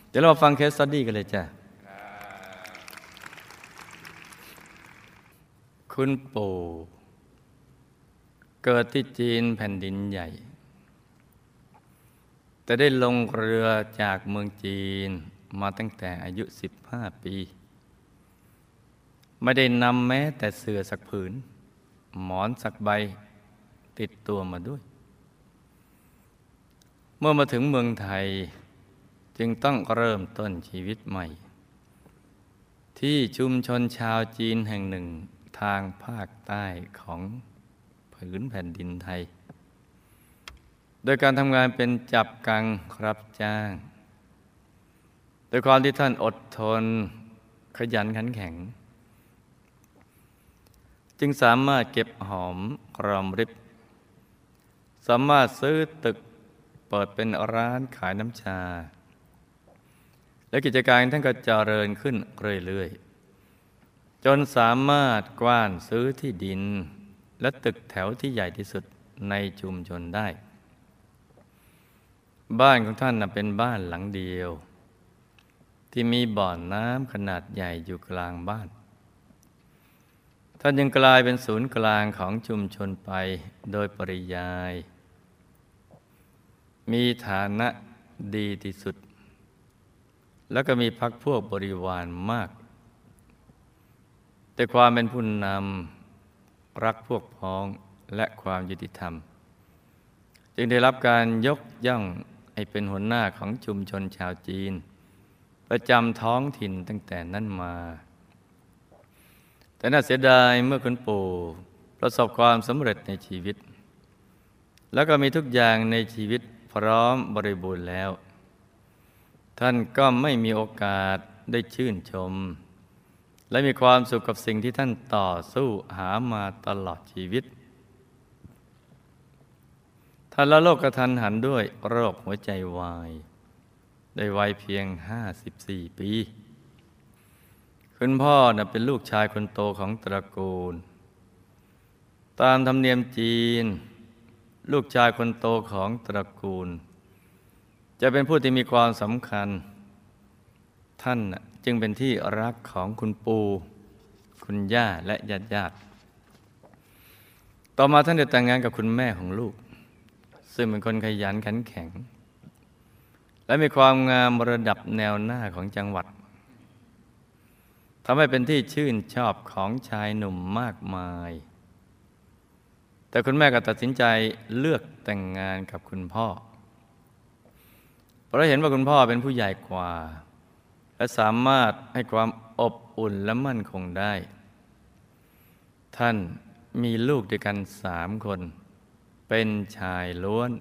เดี๋ยวเรามาฟังเคสสตั๊ดดี้กันเลยจ้ะคุณปู่เกิดที่จีนแผ่นดินใหญ่แต่ได้ลงเรือจากเมืองจีนมาตั้งแต่อายุ15 ปีไม่ได้นำแม้แต่เสื่อสักผืนหมอนสักใบติดตัวมาด้วยเมื่อมาถึงเมืองไทยจึงต้องเริ่มต้นชีวิตใหม่ที่ชุมชนชาวจีนแห่งหนึ่งทางภาคใต้ของผืนแผ่นดินไทยโดยการทำงานเป็นจับกังรับจ้างโดยความที่ท่านอดทนขยันขันแข็งจึงสามารถเก็บหอมรอมริบสามารถซื้อตึกเปิดเป็นร้านขายน้ำชาและกิจการท่านก็เจริญขึ้นเรื่อยๆจนสามารถกว้านซื้อที่ดินและตึกแถวที่ใหญ่ที่สุดในชุมชนได้บ้านของท่านเป็นบ้านหลังเดียวที่มีบ่อน้ำขนาดใหญ่อยู่กลางบ้านท่านยังกลายเป็นศูนย์กลางของชุมชนไปโดยปริยายมีฐานะดีที่สุดแล้วก็มีพรรคพวกบริวารมากแต่ความเป็นผู้นำรักพวกพ้องและความยุติธรรมจึงได้รับการยกย่องให้เป็นหัวหน้าของชุมชนชาวจีนประจำท้องถิ่นตั้งแต่นั้นมาแต่น่าเสียดายเมื่อคุณปู่ประสบความสำเร็จในชีวิตแล้วก็มีทุกอย่างในชีวิตพร้อมบริบูรณ์แล้วท่านก็ไม่มีโอกาสได้ชื่นชมและมีความสุขกับสิ่งที่ท่านต่อสู้หามาตลอดชีวิตท่านละโลกกระทันหันด้วยโรคหัวใจวายในวัยเพียง54 ปีคุณพ่อเป็นลูกชายคนโตของตระกูลตามธรรมเนียมจีนลูกชายคนโตของตระกูลจะเป็นผู้ที่มีความสำคัญท่านจึงเป็นที่รักของคุณปู่คุณย่าและญาติต่อมาท่านได้แต่งงานกับคุณแม่ของลูกซึ่งเป็นคนขยันขันแข็งและมีความงามระดับแนวหน้าของจังหวัดทำให้เป็นที่ชื่นชอบของชายหนุ่มมากมายแต่คุณแม่ก็ตัดสินใจเลือกแต่งงานกับคุณพ่อเพราะเห็นว่าคุณพ่อเป็นผู้ใหญ่กว่าและสามารถให้ความอบอุ่นและมั่นคงได้ท่านมีลูกด้วยกัน3 คนเป็นชายล้วน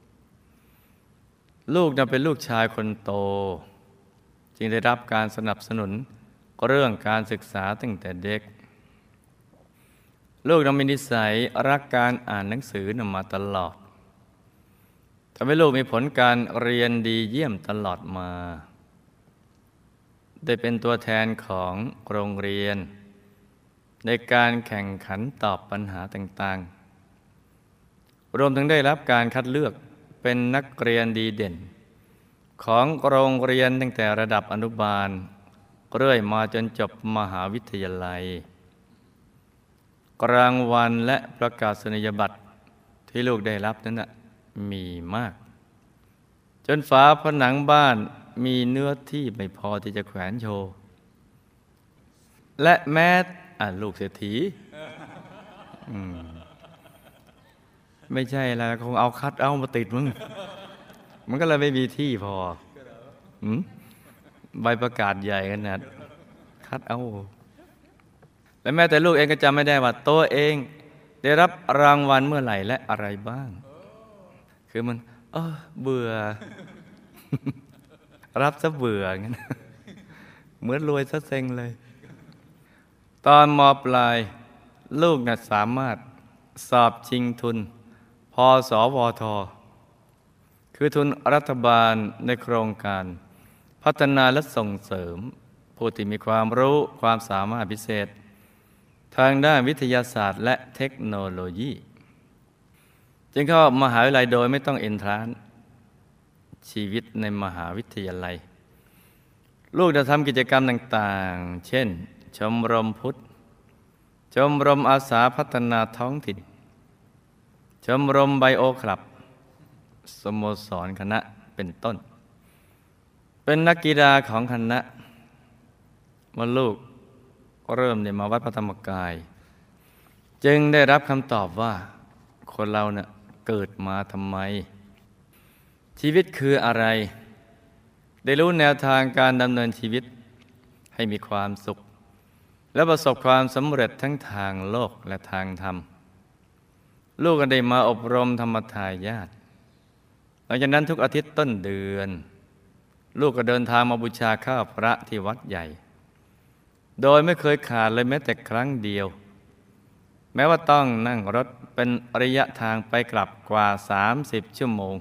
ลูกเป็นลูกชายคนโตจึงได้รับการสนับสนุนเรื่องการศึกษาตั้งแต่เด็กลูกมีนิสัยรักการอ่านหนังสือมาตลอดทำให้ลูกมีผลการเรียนดีเยี่ยมตลอดมาได้เป็นตัวแทนของโรงเรียนในการแข่งขันตอบปัญหาต่างๆรวมถึงได้รับการคัดเลือกเป็นนักเรียนดีเด่นของโรงเรียนตั้งแต่ระดับอนุบาลเรื่อยมาจนจบมหาวิทยาลัยรางวัลและประกาศนียบัตรที่ลูกได้รับนั้นมีมากจนฝาผนังบ้านมีเนื้อที่ไม่พอที่จะแขวนโชว์และแม้ลูกเศรษฐีไม่ใช่แล้วคงเอาคัทเอาท์มาติดมึงมันก็เลยไม่มีที่พอใบประกาศใหญ่ขนาดคัทเอาท์และแม้แต่ลูกเองก็จำไม่ได้ว่าตัวเองได้รับรางวัลเมื่อไหร่และอะไรบ้างคือมันเบื่อ รับซะเบื่องั้น เหมือนรวยซะเซ็งเลยตอนม.ปลายลูกสามารถสอบชิงทุนพ.สวท.คือทุนรัฐบาลในโครงการพัฒนาและส่งเสริมผู้ที่มีความรู้ความสามารถพิเศษทางด้านวิทยาศาสตร์และเทคโนโลยีจึงเข้ามหาวิทยาลัยโดยไม่ต้องเอนทรานซ์ชีวิตในมหาวิทยาลัยลูกจะทำกิจกรรมต่างๆเช่นชมรมพุทธชมรมอาสาพัฒนาท้องถิ่นชมรมไบโอคลับสโมสรคณะเป็นต้นเป็นนักกีฬาของคณะเมื่อลูกเริ่มมาวัดพระธรรมกายจึงได้รับคำตอบว่าคนเราเนี่ยเกิดมาทำไมชีวิตคืออะไรได้รู้แนวทางการดำเนินชีวิตให้มีความสุขและประสบความสำเร็จทั้งทางโลกและทางธรรมลูกก็ได้มาอบรมธรรมทายาทหลังจากนั้นทุกอาทิตย์ต้นเดือนลูกก็เดินทางมาบูชาข้าวพระที่วัดใหญ่โดยไม่เคยขาดเลยแม้แต่ครั้งเดียวแม้ว่าต้องนั่งรถเป็นระยะทางไปกลับกว่า30 ชั่วโมง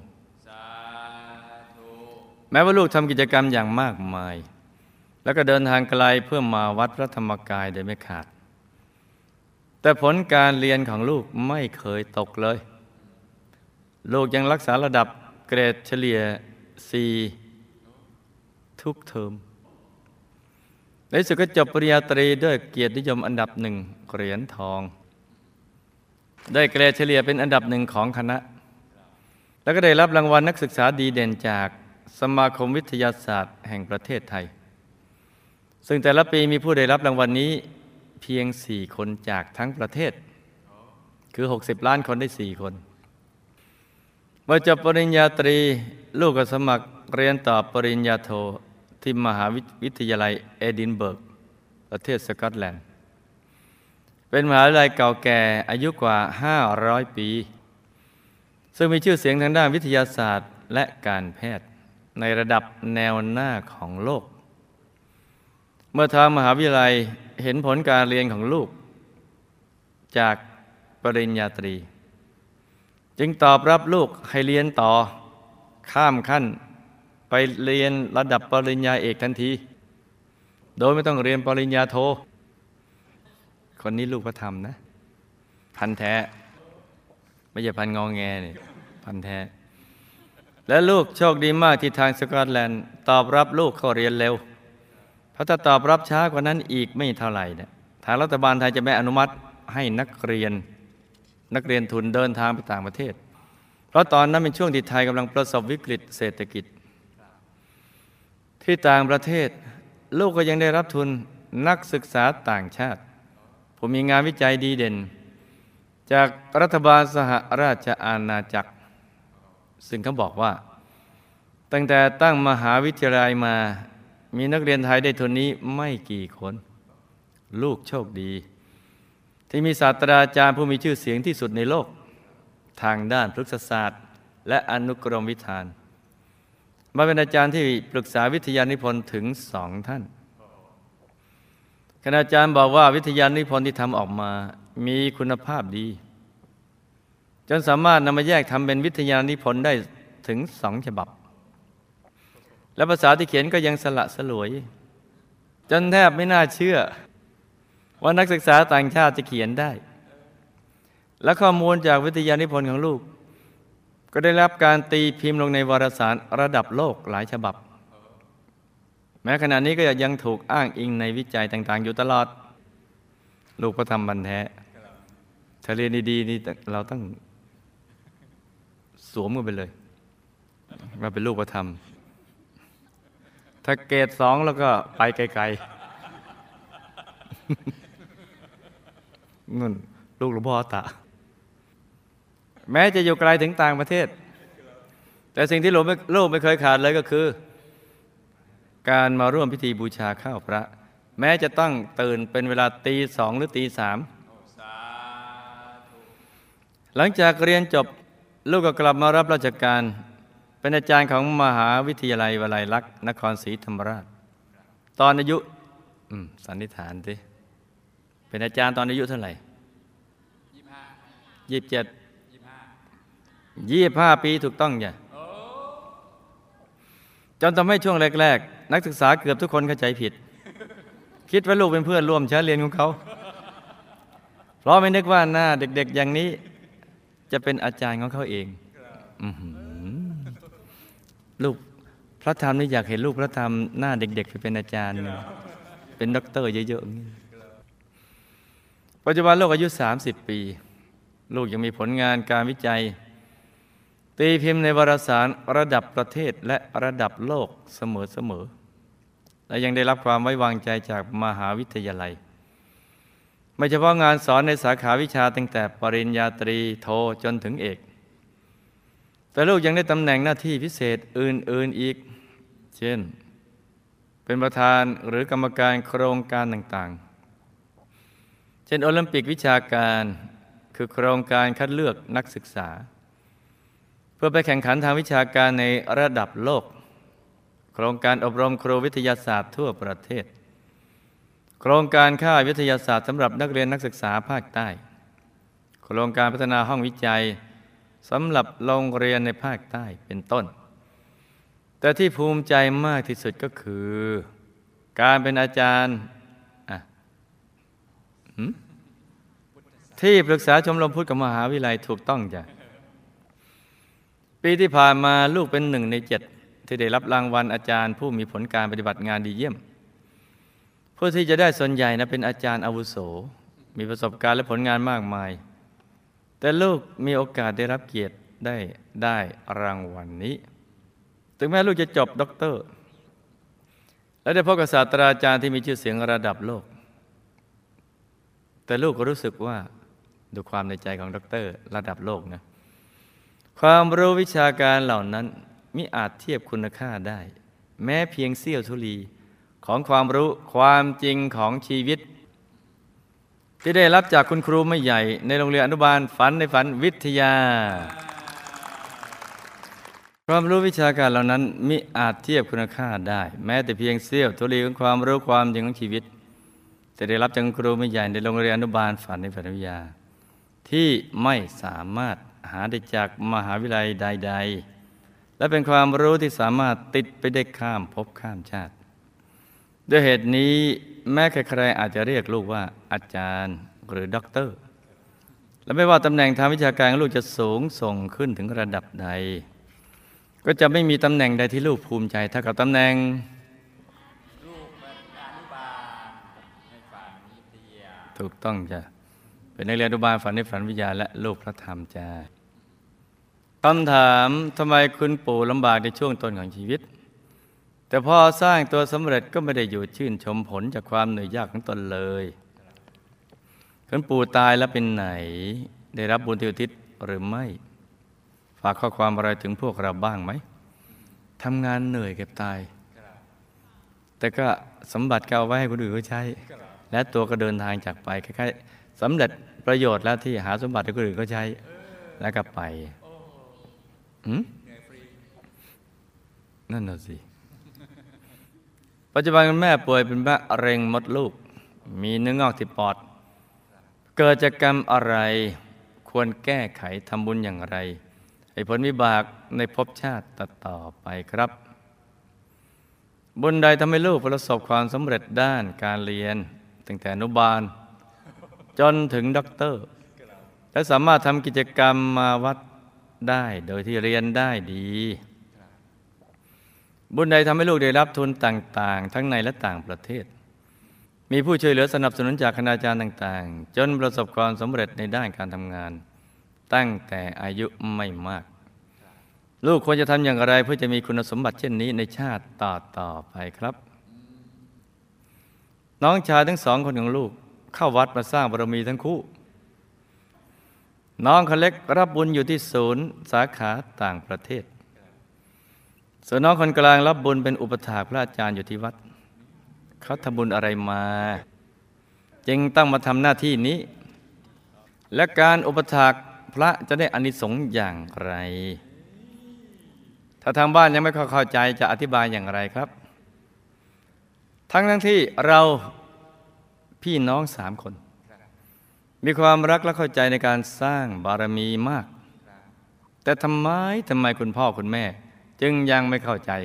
แม้ว่าลูกทำกิจกรรมอย่างมากมายแล้วก็เดินทางไกลเพื่อมาวัดพระธรรมกายโดยไม่ขาดแต่ผลการเรียนของลูกไม่เคยตกเลยลูกยังรักษาระดับเกรดเฉลี่ย C ทุกเทอมในสุดก็จบปริญญาตรีด้วยเกียรตินิยมอันดับ1เหรียญทองได้เกรดเฉลี่ยเป็นอันดับ1ของคณะแล้วก็ได้รับรางวัลนักศึกษาดีเด่นจากสมาคมวิทยาศาสตร์แห่งประเทศไทยซึ่งแต่ละปีมีผู้ได้รับรางวัลนี้เพียง4 คนจากทั้งประเทศคือ60 ล้านคนได้4 คนเมื่อจบปริญญาตรีลูกก็สมัครเรียนต่อปริญญาโทที่มหาวิทยาลัยเอดินเบิร์กประเทศสกอตแลนด์เป็นมหาวิทยาลัยเก่าแก่อายุกว่า500 ปีซึ่งมีชื่อเสียงทางด้านวิทยาศาสตร์และการแพทย์ในระดับแนวหน้าของโลกเมื่อทางมหาวิทยาลัยเห็นผลการเรียนของลูกจากปริญญาตรีจึงตอบรับลูกให้เรียนต่อข้ามขั้นไปเรียนระดับปริญญาเอกทันทีโดยไม่ต้องเรียนปริญญาโทคนนี้ลูกพระธรรมนะพันแท้ไม่ใช่พันงอแงนี่พันแท้และลูกโชคดีมากที่ทางสกอตแลนด์ตอบรับลูกเข้าเรียนเร็วเพราะถ้าตอบรับช้ากว่านั้นอีกไม่เท่าไหร่เนี่ยทางรัฐบาลไทยจะไม่อนุมัติให้นักเรียนทุนเดินทางไปต่างประเทศเพราะตอนนั้นเป็นช่วงที่ไทยกำลังประสบวิกฤตเศรษฐกิจที่ต่างประเทศลูกก็ยังได้รับทุนนักศึกษาต่างชาติผู้มีงานวิจัยดีเด่นจากรัฐบาลสหราชอาณาจักรซึ่งเขาบอกว่าตั้งแต่ตั้งมหาวิทยาลัยมามีนักเรียนไทยได้ทุนนี้ไม่กี่คนลูกโชคดีที่มีศาสตราจารย์ผู้มีชื่อเสียงที่สุดในโลกทางด้านพฤกษศาสตร์และอนุกรมวิธานมาเป็นอาจารย์ที่ปรึกษาวิทยานิพนธ์ถึง2 ท่านคณาจารย์บอกว่าวิทยานิพนธ์ที่ทำออกมามีคุณภาพดีจนสามารถนำมาแยกทำเป็นวิทยานิพนธ์ได้ถึง2 ฉบับและภาษาที่เขียนก็ยังสละสลวยจนแทบไม่น่าเชื่อว่านักศึกษาต่างชาติจะเขียนได้และข้อมูลจากวิทยานิพนธ์ของลูกก็ได้รับการตีพิมพ์ลงในวารสารระดับโลกหลายฉบับแม้ขณะนี้ก็ยังถูกอ้างอิงในวิจัยต่างๆอยู่ตลอดลูกพระธรรมบรรแท้ถ้าเรียนดีๆนี่เราต้องสวมกันไปเลยมาเป็นลูกพระธรรมถ้าเกรด2แล้วก็ไปไกลๆนั่นลูกหลวงพ่อตะแม้จะอยู่ไกลถึงต่างประเทศแต่สิ่งที่ลูกไม่เคยขาดเลยก็คือการมาร่วมพิธีบูชาข้าวพระแม้จะต้องตื่นเป็นเวลาตี 2หรือตี 3หลังจากเรียนจบลูกก็กลับมารับราชการเป็นอาจารย์ของมหาวิทยาลัยวลัยลักษณ์นครศรีธรรมราชตอนอายุสันนิษฐานสิเป็นอาจารย์ตอนอายุเท่าไหร่25 ปีถูกต้องจ้ะจนทำให้ช่วงแรกๆนักศึกษาเกือบทุกคนเข้าใจผิดคิดว่าลูกเป็นเพื่อนร่วมชั้นเรียนของเขาเพราะไม่นึกว่าหน้าเด็กๆอย่างนี้จะเป็นอาจารย์ของเขาเองลูกพระธรรมนี่อยากเห็นลูกพระธรรมหน้าเด็กๆไปเป็นอาจารย์เป็นด็อกเตอร์เยอะๆปัจจุบันลูกอายุ30 ปีลูกยังมีผลงานการวิจัยตีพิมพ์ในวารสารระดับประเทศและระดับโลกเสมอและยังได้รับความไว้วางใจจากมหาวิทยาลัยไม่เฉพาะงานสอนในสาขาวิชาตั้งแต่ปริญญาตรีโทจนถึงเอกแต่ลูกยังได้ตำแหน่งหน้าที่พิเศษอื่นๆอีกเช่นเป็นประธานหรือกรรมการโครงการต่างๆเช่นโอลิมปิกวิชาการคือโครงการคัดเลือกนักศึกษาเพื่อไปแข่งขันทางวิชาการในระดับโลกโครงการอบรมครูวิทยาศาสตร์ทั่วประเทศโครงการค่ายวิทยาศาสตร์สำหรับนักเรียนนักศึกษาภาคใต้โครงการพัฒนาห้องวิจัยสำหรับโรงเรียนในภาคใต้เป็นต้นแต่ที่ภูมิใจมากที่สุดก็คือการเป็นอาจารย์ที่ปรึกษาชมรมพุทธกับมหาวิทยาลัยถูกต้องจ้ะปีที่ผ่านมาลูกเป็น1 ใน 7ที่ได้รับรางวัลอาจารย์ผู้มีผลการปฏิบัติงานดีเยี่ยมผู้ที่จะได้ส่วนใหญ่นะเป็นอาจารย์อาวุโสมีประสบการณ์และผลงานมากมายแต่ลูกมีโอกาสได้รับเกียรติได้รางวัลนี้ถึงแม้ลูกจะจบด็อกเตอร์และได้พบกับศาสตราจารย์ที่มีชื่อเสียงระดับโลกแต่ลูกก็รู้สึกว่าดูความในใจของด็อกเตอร์ระดับโลกนะความรู้วิชาการเหล่านั้นมิอาจเทียบคุณค่าได้แม้เพียงเสี้ยวธุลีของความรู้ความจริงของชีวิตที่ได้รับจากคุณครูไม่ใหญ่ในโรงเรียนอนุบาลฝันในฝันวิทยาความรู้วิชาการเหล่านั้นมิอาจเทียบคุณค่าได้แม้แต่เพียงเสี้ยวธุลีของความรู้ความจริงของชีวิตที่ได้รับจากคุณครูไม่ใหญ่ในโรงเรียนอนุบาลฝันในฝันวิทยาที่ไม่สามารถหาได้จากมหาวิทยาลัยใดๆและเป็นความรู้ที่สามารถติดไปได้ข้ามภพข้ามชาติด้วยเหตุนี้แม้ใครๆอาจจะเรียกลูกว่าอาจารย์หรือด็อกเตอร์และไม่ว่าตำแหน่งทางวิชาการของลูกจะสูงส่งขึ้นถึงระดับใดก็จะไม่มีตำแหน่งใดที่ลูกภูมิใจเท่ากับตำแหน่งลูกเป็นอนุบาลในฝันวิทยาถูกต้องจ้ะเป็นนักเรียนอนุบาลฝันในฝันวิทยาและลูกพระธรรมจ้าคำถามทำไมคุณปู่ลำบากในช่วงต้นของชีวิตแต่พอสร้างตัวสำเร็จก็ไม่ได้อยู่ชื่นชมผลจากความเหนื่อยยากของตนเลยคุณปู่ตายแล้วเป็นไหนได้รับบุญที่อุทิศหรือไม่ฝากข้อความอะไรถึงพวกเราบ้างไหมทำงานเหนื่อยเก็บตายแต่ก็สมบัติก็เอาไว้ให้คนอื่นเขาใช้และตัวก็เดินทางจากไปคล้ายๆสำเร็จประโยชน์แล้วที่หาสมบัติให้คนอื่นเขาใช้แล้วก็ไปนั่นน่ะสิปัจจุบันคุณแม่ป่วยเป็นมะเร็งมดลูกมีเนื้องอกที่ปอดเกิดจากกรรมอะไรควรแก้ไขทำบุญอย่างไรให้ผลวิบากในภพชาติต่อไปครับบุญใดทำให้ลูกประสบความสำเร็จด้านการเรียนตั้งแต่อนุบาลจนถึงด็อกเตอร์และสามารถทำกิจกรรมมาวัดได้โดยที่เรียนได้ดีบุญใดทำให้ลูกได้รับทุนต่างๆทั้งในและต่างประเทศมีผู้ช่วยเหลือสนับสนุนจากคณาจารย์ต่างๆจนประสบความสำเร็จในด้านการทำงานตั้งแต่อายุไม่มากลูกควรจะทำอย่างไรเพื่อจะมีคุณสมบัติเช่นนี้ในชาติต่อไปครับน้องชายทั้ง2 คนของลูกเข้าวัดมาสร้างบารมีทั้งคู่น้องคนเล็กรับบุญอยู่ที่ศูนย์สาขาต่างประเทศส่วนน้องคนกลางรับบุญเป็นอุปถากพระอาจารย์อยู่ที่วัดเขาทำบุญอะไรมาจึงต้องมาทำหน้าที่นี้และการอุปถากพระจะได้อานิสงส์อย่างไรถ้าทางบ้านยังไม่เข้าใจจะอธิบายอย่างไรครับทั้งที่เราพี่น้อง3 คนมีความรักและเข้าใจในการสร้างบารมีมากแต่ทำไมคุณพ่อคุณแม่จึงยังไม่เข้าใจ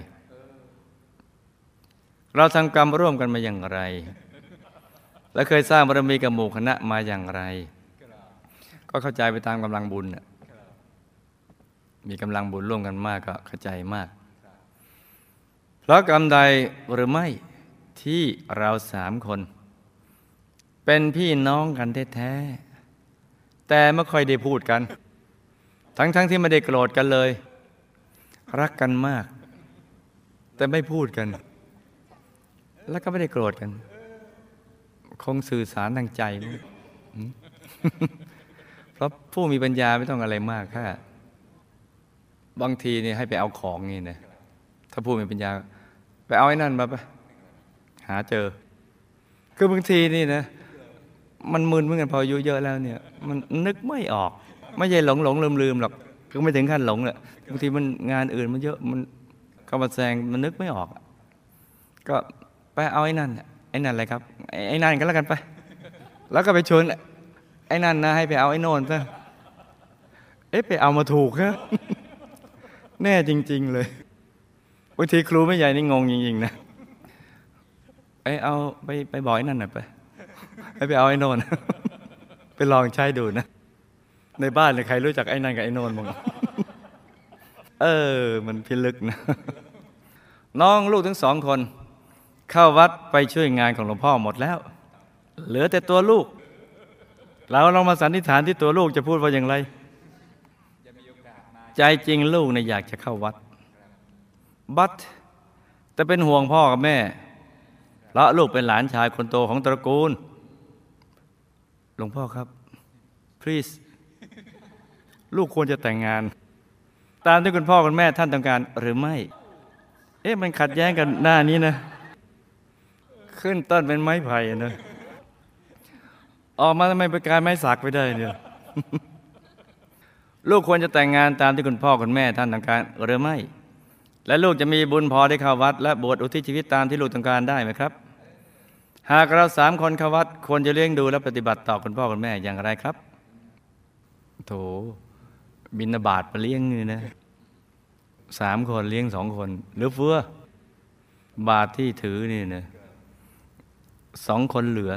เราทำกรรมร่วมกันมาอย่างไรและเคยสร้างบารมีกับหมู่คณะมาอย่างไรก็เข้าใจไปตามกำลังบุญมีกำลังบุญร่วมกันมากก็เข้าใจมากเพราะกรรมใดหรือไม่ที่เรา3 คนเป็นพี่น้องกันแท้ๆแต่ไม่ค่อยได้พูดกันทั้งที่ไม่ได้โกรธกันเลยรักกันมากแต่ไม่พูดกันแล้วก็ไม่ได้โกรธกันคงสื่อสารทางใจมั้ง เพราะผู้มีปัญญาไม่ต้องอะไรมากค่ะบางทีนี่ให้ไปเอาของนี่นะถ้าผู้มีปัญญาไปเอาไอ้นั่นมาปะหาเจอคือบางทีนี่นะมันมึนเหมือนกันพออายุเยอะแล้วเนี่ยมันนึกไม่ออกไม่ใช่หลงลืมหรอกก็ไม่ถึงขั้นหลงแหละบางทีมันงานอื่นมันเยอะมันเข้ามาแซงมันนึกไม่ออกก็ไปเอาไอ้นั่นอะไรครับไอ้นั่นก็แล้วกันไปแล้วก็ไปชวนไอ้นั่นนะให้ไปเอาไอ้โน่นซะไปเอามาถูกฮะ แน่จริงๆเลยบางทีครูไม่ใหญ่นี่งงจริงๆนะเอาไปบอกไอ้นั่นหน่อยไปเอาไอ้โน่น ไปลองใช้ดูนะในบ้านเนี่ยใครรู้จักไอ้นั่นกับไอ้โน่นบ้าง มันพิลึกนะ น้องลูกทั้ง2 คนเข้าวัดไปช่วยงานของหลวงพ่อหมดแล้วเหลือแต่ตัวลูกเราลองมาสันนิษฐานที่ตัวลูกจะพูดว่าอย่างไรใจจริงลูกเนี่ยอยากจะเข้าวัดแต่เป็นห่วงพ่อกับแม่เพราะลูกเป็นหลานชายคนโตของตระกูลหลวงพ่อครับ please ลูกควรจะแต่งงานตามที่คุณพ่อคุณแม่ท่านต้องการหรือไม่มันขัดแย้งกันหน้านี้นะขึ้นต้นเป็นไม้ไผ่นะออกมาทำไมเป็นกลายไม้สักไปได้เนี่ย ลูกควรจะแต่งงานตามที่คุณพ่อคุณแม่ท่านต้องการหรือไม่และลูกจะมีบุญพอได้เข้าวัดและบวชอุทิศชีวิตตามที่ลูกต้องการได้ไหมครับหากเรา3 คนเข้าวัดควรจะเลี้ยงดูและปฏิบัติต่อคุณพ่อคุณแม่อย่างไรครับโถบิณฑบาตมาเลี้ยงนี่นะ3 คนเลี้ยง2 คนหรือเฟือบาตรที่ถือนี่นะ2 คนเหลือ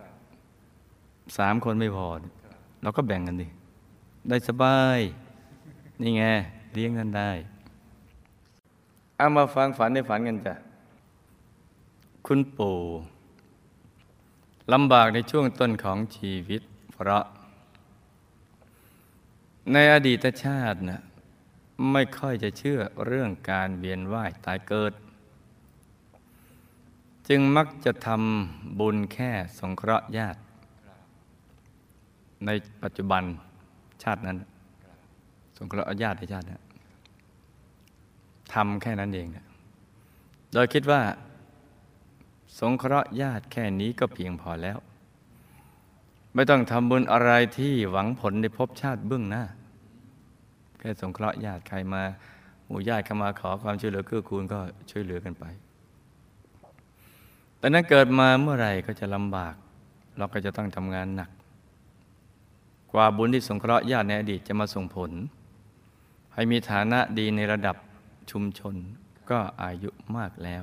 3 คนไม่พอเราก็แบ่งกันดิได้สบายนี่ไงเลี้ยงกันได้เอามาฟังฝันในฝันกันจ้ะคุณปู่ลำบากในช่วงต้นของชีวิตเพราะในอดีตชาตินะไม่ค่อยจะเชื่อเรื่องการเวียนว่ายตายเกิดจึงมักจะทำบุญแค่สงเคราะห์ญาติในปัจจุบันชาตินั้นสงเคราะห์ญาติในชาตินั้นทำแค่นั้นเองนะโดยคิดว่าสงเคราะห์ญาติแค่นี้ก็เพียงพอแล้วไม่ต้องทำบุญอะไรที่หวังผลในภพชาติเบื้องหน้าแค่สงเคราะห์ญาติใครมาหมู่ญาติเข้ามาขอความช่วยเหลือเกื้อกูลก็ช่วยเหลือกันไปแต่นั้นเกิดมาเมื่อไหร่ก็จะลำบากเราก็จะต้องทำงานหนักกว่าบุญที่สงเคราะห์ญาติในอดีตจะมาส่งผลให้มีฐานะดีในระดับชุมชนก็อายุมากแล้ว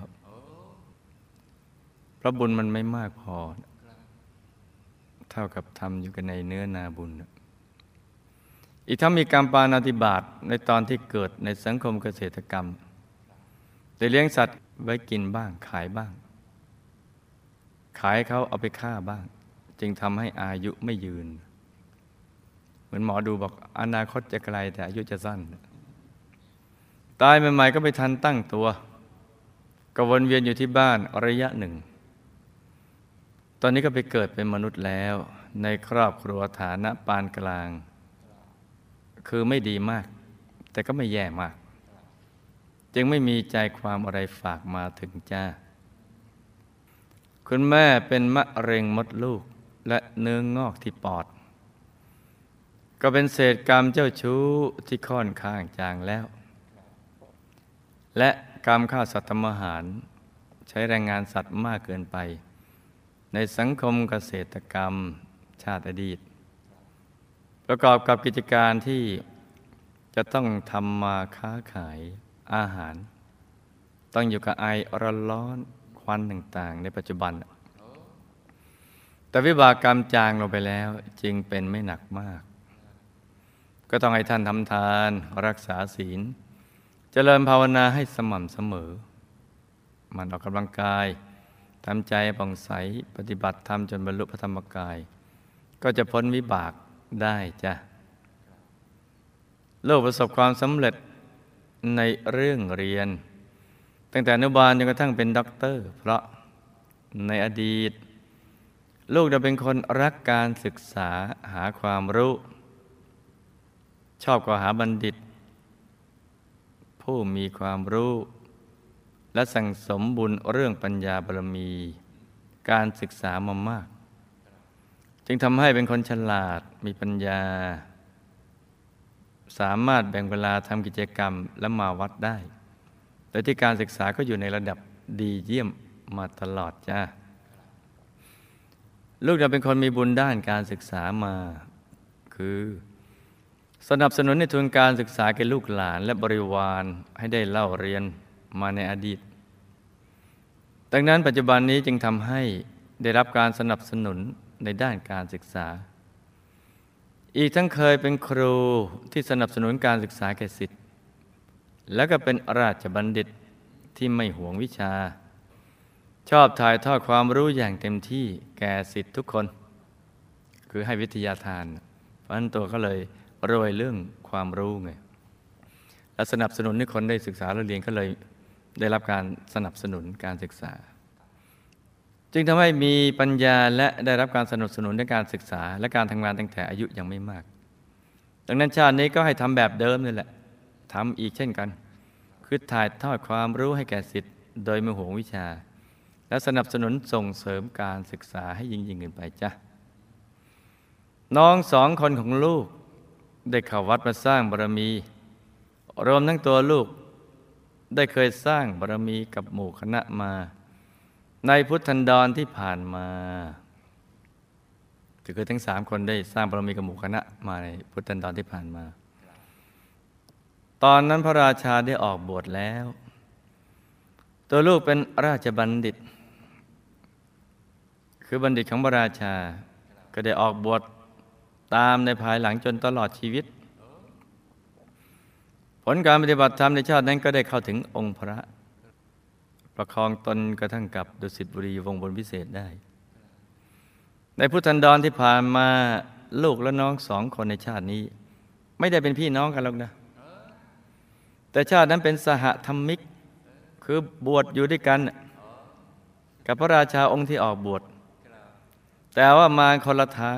เพราะบุญมันไม่มากพอเท่ากับทำอยู่กันในเนื้อนาบุญอีกทั้งมีกรรมปาณาติบาตในตอนที่เกิดในสังคมเกษตรกรรมได้เลี้ยงสัตว์ไว้กินบ้างขายบ้างขายเขาเอาไปฆ่าบ้างจึงทำให้อายุไม่ยืนเหมือนหมอดูบอกอนาคตจะไกลแต่อายุจะสั้นตายใหม่ๆก็ไม่ทันตั้งตัวก็วนเวียนอยู่ที่บ้านระยะหนึ่งตอนนี้ก็ไปเกิดเป็นมนุษย์แล้วในครอบครัวฐานะปานกลางคือไม่ดีมากแต่ก็ไม่แย่มากจึงไม่มีใจความอะไรฝากมาถึงจ้าคุณแม่เป็นมะเร็งมดลูกและเนื้องอกที่ปอดก็เป็นเศษกรรมเจ้าชู้ที่ค่อนข้างจางแล้วและกรรมฆ่าสัตว์ทำอาหารใช้แรงงานสัตว์มากเกินไปในสังคมเกษตรกรรมชาติอดีตประกอบกับกิจการที่จะต้องทำมาค้าขายอาหารต้องอยู่กับไอร้อนควันต่างๆในปัจจุบันแต่วิบากกรรมจางลงไปแล้วจึงเป็นไม่หนักมากก็ต้องให้ท่านทำทานรักษาศีลเจริญภาวนาให้สม่ำเสมอมันออกกำลังกายทำใจผ่องใสปฏิบัติธรรมจนบรรลุพระธรรมกายก็จะพ้นวิบากได้จ้ะลูกประสบความสำเร็จในเรื่องเรียนตั้งแต่อนุบาลจนกระทั่งเป็นด็อกเตอร์เพราะในอดีตลูกจะเป็นคนรักการศึกษาหาความรู้ชอบก็หาบัณฑิตผู้มีความรู้และสั่งสมบุญเรื่องปัญญาบารมีการศึกษามามากจึงทำให้เป็นคนฉลาดมีปัญญาสามารถแบ่งเวลาทำกิจกรรมและมาวัดได้โดยที่การศึกษาก็อยู่ในระดับดีเยี่ยมมาตลอดจ้าลูกจะเป็นคนมีบุญด้านการศึกษามาคือสนับสนุนในทุนการศึกษาแก่ลูกหลานและบริวารให้ได้เล่าเรียนมาในอดีตดังนั้นปัจจุบันนี้จึงทำให้ได้รับการสนับสนุนในด้านการศึกษาอีกทั้งเคยเป็นครูที่สนับสนุนการศึกษาแก่ศิษย์และก็เป็นราชบัณฑิตที่ไม่หวงวิชาชอบถ่ายทอดความรู้อย่างเต็มที่แก่ศิษย์ทุกคนคือให้วิทยาทานเพราะฉะนั้นตัวก็เลยรวยเรื่องความรู้ไงและสนับสนุนให้คนได้ศึกษาและเรียนก็เลยได้รับการสนับสนุนการศึกษาจึงทำให้มีปัญญาและได้รับการสนับสนุนในการศึกษาและการทำงานตั้งแต่อายุยังไม่มากดังนั้นชาตินี้ก็ให้ทำแบบเดิมนี่แหละทำอีกเช่นกันคือถ่ายทอดความรู้ให้แก่ศิษย์โดยไม่หวงวิชาและสนับสนุนส่งเสริมการศึกษาให้ยิ่งขึ้นไปจ้ะน้องสองคนของลูกได้เข้าวัดมาสร้างบารมีรวมทั้งตัวลูกได้เคยสร้างบารมีกับหมู่คณะมาในพุทธันดรที่ผ่านมาคือทั้ง3 คนได้สร้างบารมีกับหมู่คณะมาในพุทธันดรที่ผ่านมาตอนนั้นพระราชาได้ออกบวชแล้วตัวลูกเป็นราชบัณฑิตคือบัณฑิตของพระราชาก็ได้ออกบวชตามในภายหลังจนตลอดชีวิตผลการปฏิบัติธรรมในชาตินั้นก็ได้เข้าถึงองค์พระประคองตนกระทั่งกับดุสิตบุรีวงบนวิเศษได้ในพุทธันดรที่ผ่านมาลูกและน้อง2 คนในชาตินี้ไม่ได้เป็นพี่น้องกันหรอกนะแต่ชาตินั้นเป็นสหธรรมิกคือบวชอยู่ด้วยกันกับพระราชาองค์ที่ออกบวชแต่ว่ามาคนละทาง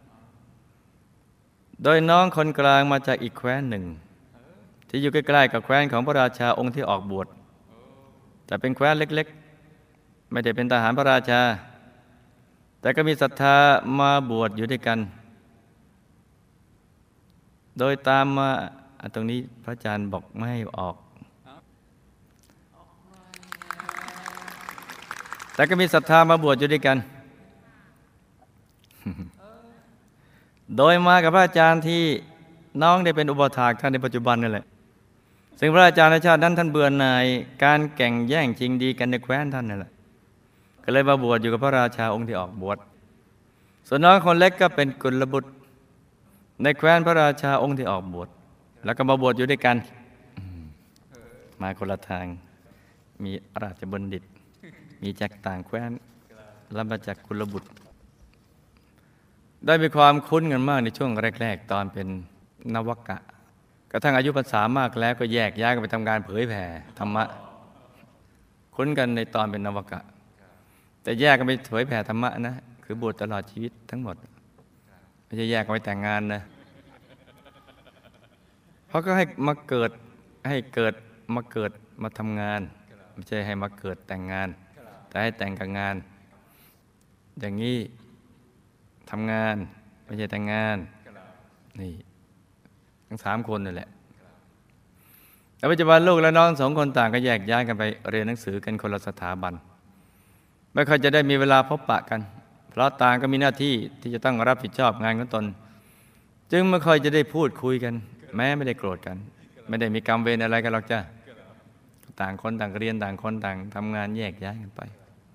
โดยน้องคนกลางมาจากอีกแคว้นหนึ่งที่อยู่ใกล้ๆกับแคว้นของพระราชาองค์ที่ออกบวชแต่เป็นแคว้นเล็กๆไม่ได้เป็นทหารพระราชาแต่ก็มีศรัทธามาบวชอยู่ด้วยกันโดยตามมาตรงนี้พระอาจารย์บอกไม่ให้ออกแต่ก็มีศรัทธามาบวชอยู่ด้วยกัน โดยมากับพระอาจารย์ที่น้องได้เป็นอุปถากท่านในปัจจุบันนั่นแหละซึ่งพระอาจารย์ในชาตินั้นท่านเบื่อหน่ายการแข่งแย่งชิงดีกันในแคว้นท่านนั่นแหละก็เลยมาบวชอยู่กับพระราชาองค์ที่ออกบวชส่วนน้องคนเล็กก็เป็นกุลบุตรในแคว้นพระราชาองค์ที่ออกบวชแล้วก็มาบวชอยู่ด้วยกันมาคนละทางมีราชบัณฑิตมีจากต่างแคว้นและมาจากกุลบุตรได้มีความคุ้นกันมากในช่วงแรกๆตอนเป็นนวกะกระทั่งอายุพรรษามากแล้วก็แยกย้ายกันไปทำงานเผยแผ่ธรรมะคุ้นกันในตอนเป็นนวกะแต่แยกกันไปเผยแผ่ธรรมะนะคือบวชตลอดชีวิตทั้งหมดไม่ใช่แยกกันไปแต่งงานนะเพราะก็ให้มาเกิดมาทำงานไม่ใช่ให้มาเกิดแต่งงานแต่ให้แต่งกับงานอย่างนี้ทำงานไม่ใช่แต่งงานนี่ทั้ง3 คนนั่นแหละแต่ปัจจุบันลูกและน้อง2 คนต่างก็แยกย้ายกันไปเรียนหนังสือกันคนละสถาบันไม่ค่อยจะได้มีเวลาพบปะกันเพราะต่างก็มีหน้าที่ที่จะต้องรับผิดชอบงานของตนจึงไม่ค่อยจะได้พูดคุยกันแม้ไม่ได้โกรธกันไม่ได้มีกรรมเวรอะไรกันหรอกจ้ะต่างคนต่างเรียนต่างคนต่างทำงานแยกย้ายกันไป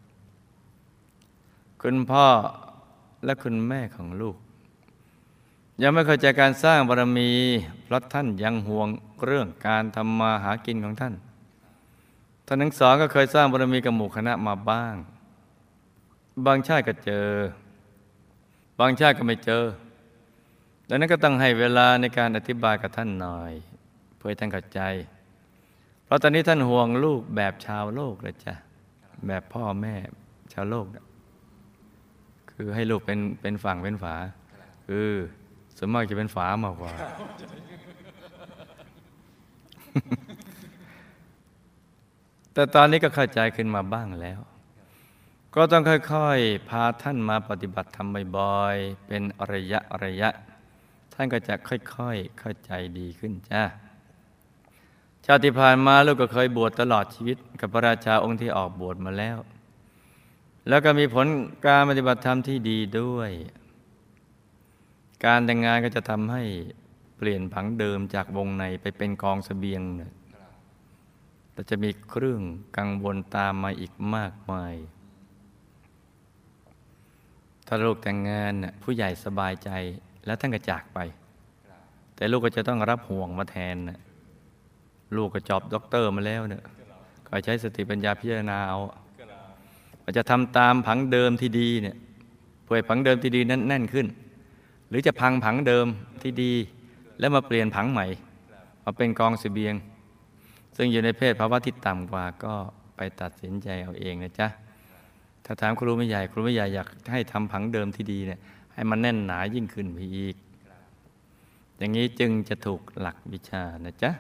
คุณพ่อและคุณแม่ของลูกยังไม่เข้าใจการสร้างบารมีเพราะท่านยังห่วงเรื่องการทำมาหากินของท่านท่านทั้งสองก็เคยสร้างบารมีกับหมู่คณะมาบ้างบางชาติก็เจอบางชาติก็ไม่เจอดังนั้นก็ต้องให้เวลาในการอธิบายกับท่านหน่อยเพื่อให้ท่านเข้าใจเพราะตอนนี้ท่านห่วงลูกแบบชาวโลกเลยจ้ะแบบพ่อแม่ชาวโลกคือให้ลูกเป็นฝั่งเป็นฝาคือส่วนมากจะเป็นฝามากกว่า แต่ตอนนี้ก็เข้าใจขึ้นมาบ้างแล้วก็ต้องค่อยๆพาท่านมาปฏิบัติธรรมบ่อยๆเป็นระยะท่านก็จะค่อยๆเข้าใจดีขึ้นจ้าชาติผ่านมาลูกก็เคยบวชตลอดชีวิตกับพระราชาองค์ที่ออกบวชมาแล้วก็มีผลการปฏิบัติธรรมที่ดีด้วยการแต่งงานก็จะทำให้เปลี่ยนผังเดิมจากวงในไปเป็นกองเสบียงแต่จะมีเครื่องกังวลตามมาอีกมากมายถ้าลูกแต่งงานผู้ใหญ่สบายใจแล้วท่านก็จากไปแต่ลูกก็จะต้องรับห่วงมาแทนลูกก็จบด็อกเตอร์มาแล้วก็ใช้สติปัญญาพิจารณาเอาว่าจะทำตามผังเดิมที่ดีเพื่อผังเดิมที่ดีนั้นแน่นขึ้นหรือจะพังผังเดิมที่ดีแล้วมาเปลี่ยนผังใหม่มาเป็นกองเสบียงซึ่งอยู่ในเพศภาวะที่ต่ำกว่าก็ไปตัดสินใจเอาเองนะจ๊ะถ้าถามครูไม่ใหญ่อยากให้ทำผังเดิมที่ดีให้มันแน่นหนายิ่งขึ้นไปอีกอย่างนี้จึงจะถูกหลักวิชานะจ๊ะ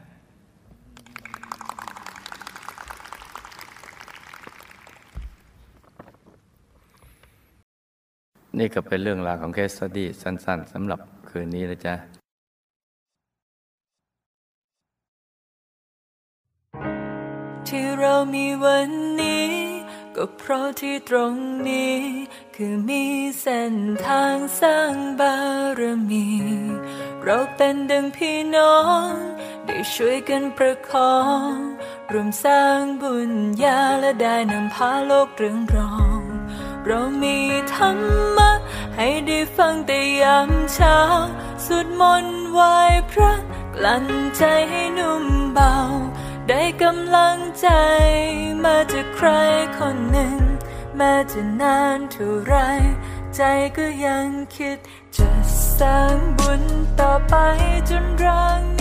นี่ก็เป็นเรื่องราวของเคสสตี้สั้นๆสำหรับคืนนี้นะจ๊ะที่เรามีวันนี้ก็เพราะที่ตรงนี้คือมีเส้นทางสร้างบารมีเราเป็นดังพี่น้องได้ช่วยกันประคองรวมสร้างบุญญาและได้นำพาโลกเรืองรองเรามีธรรมะให้ได้ฟังแต่ยามเช้าสวดมนต์ไหว้พระกลั่นใจให้นุ่มเบาได้กำลังใจมาจากใครคนหนึ่งแม้จะนานเท่าไรใจก็ยังคิดจะสร้างบุญต่อไปจนร่าง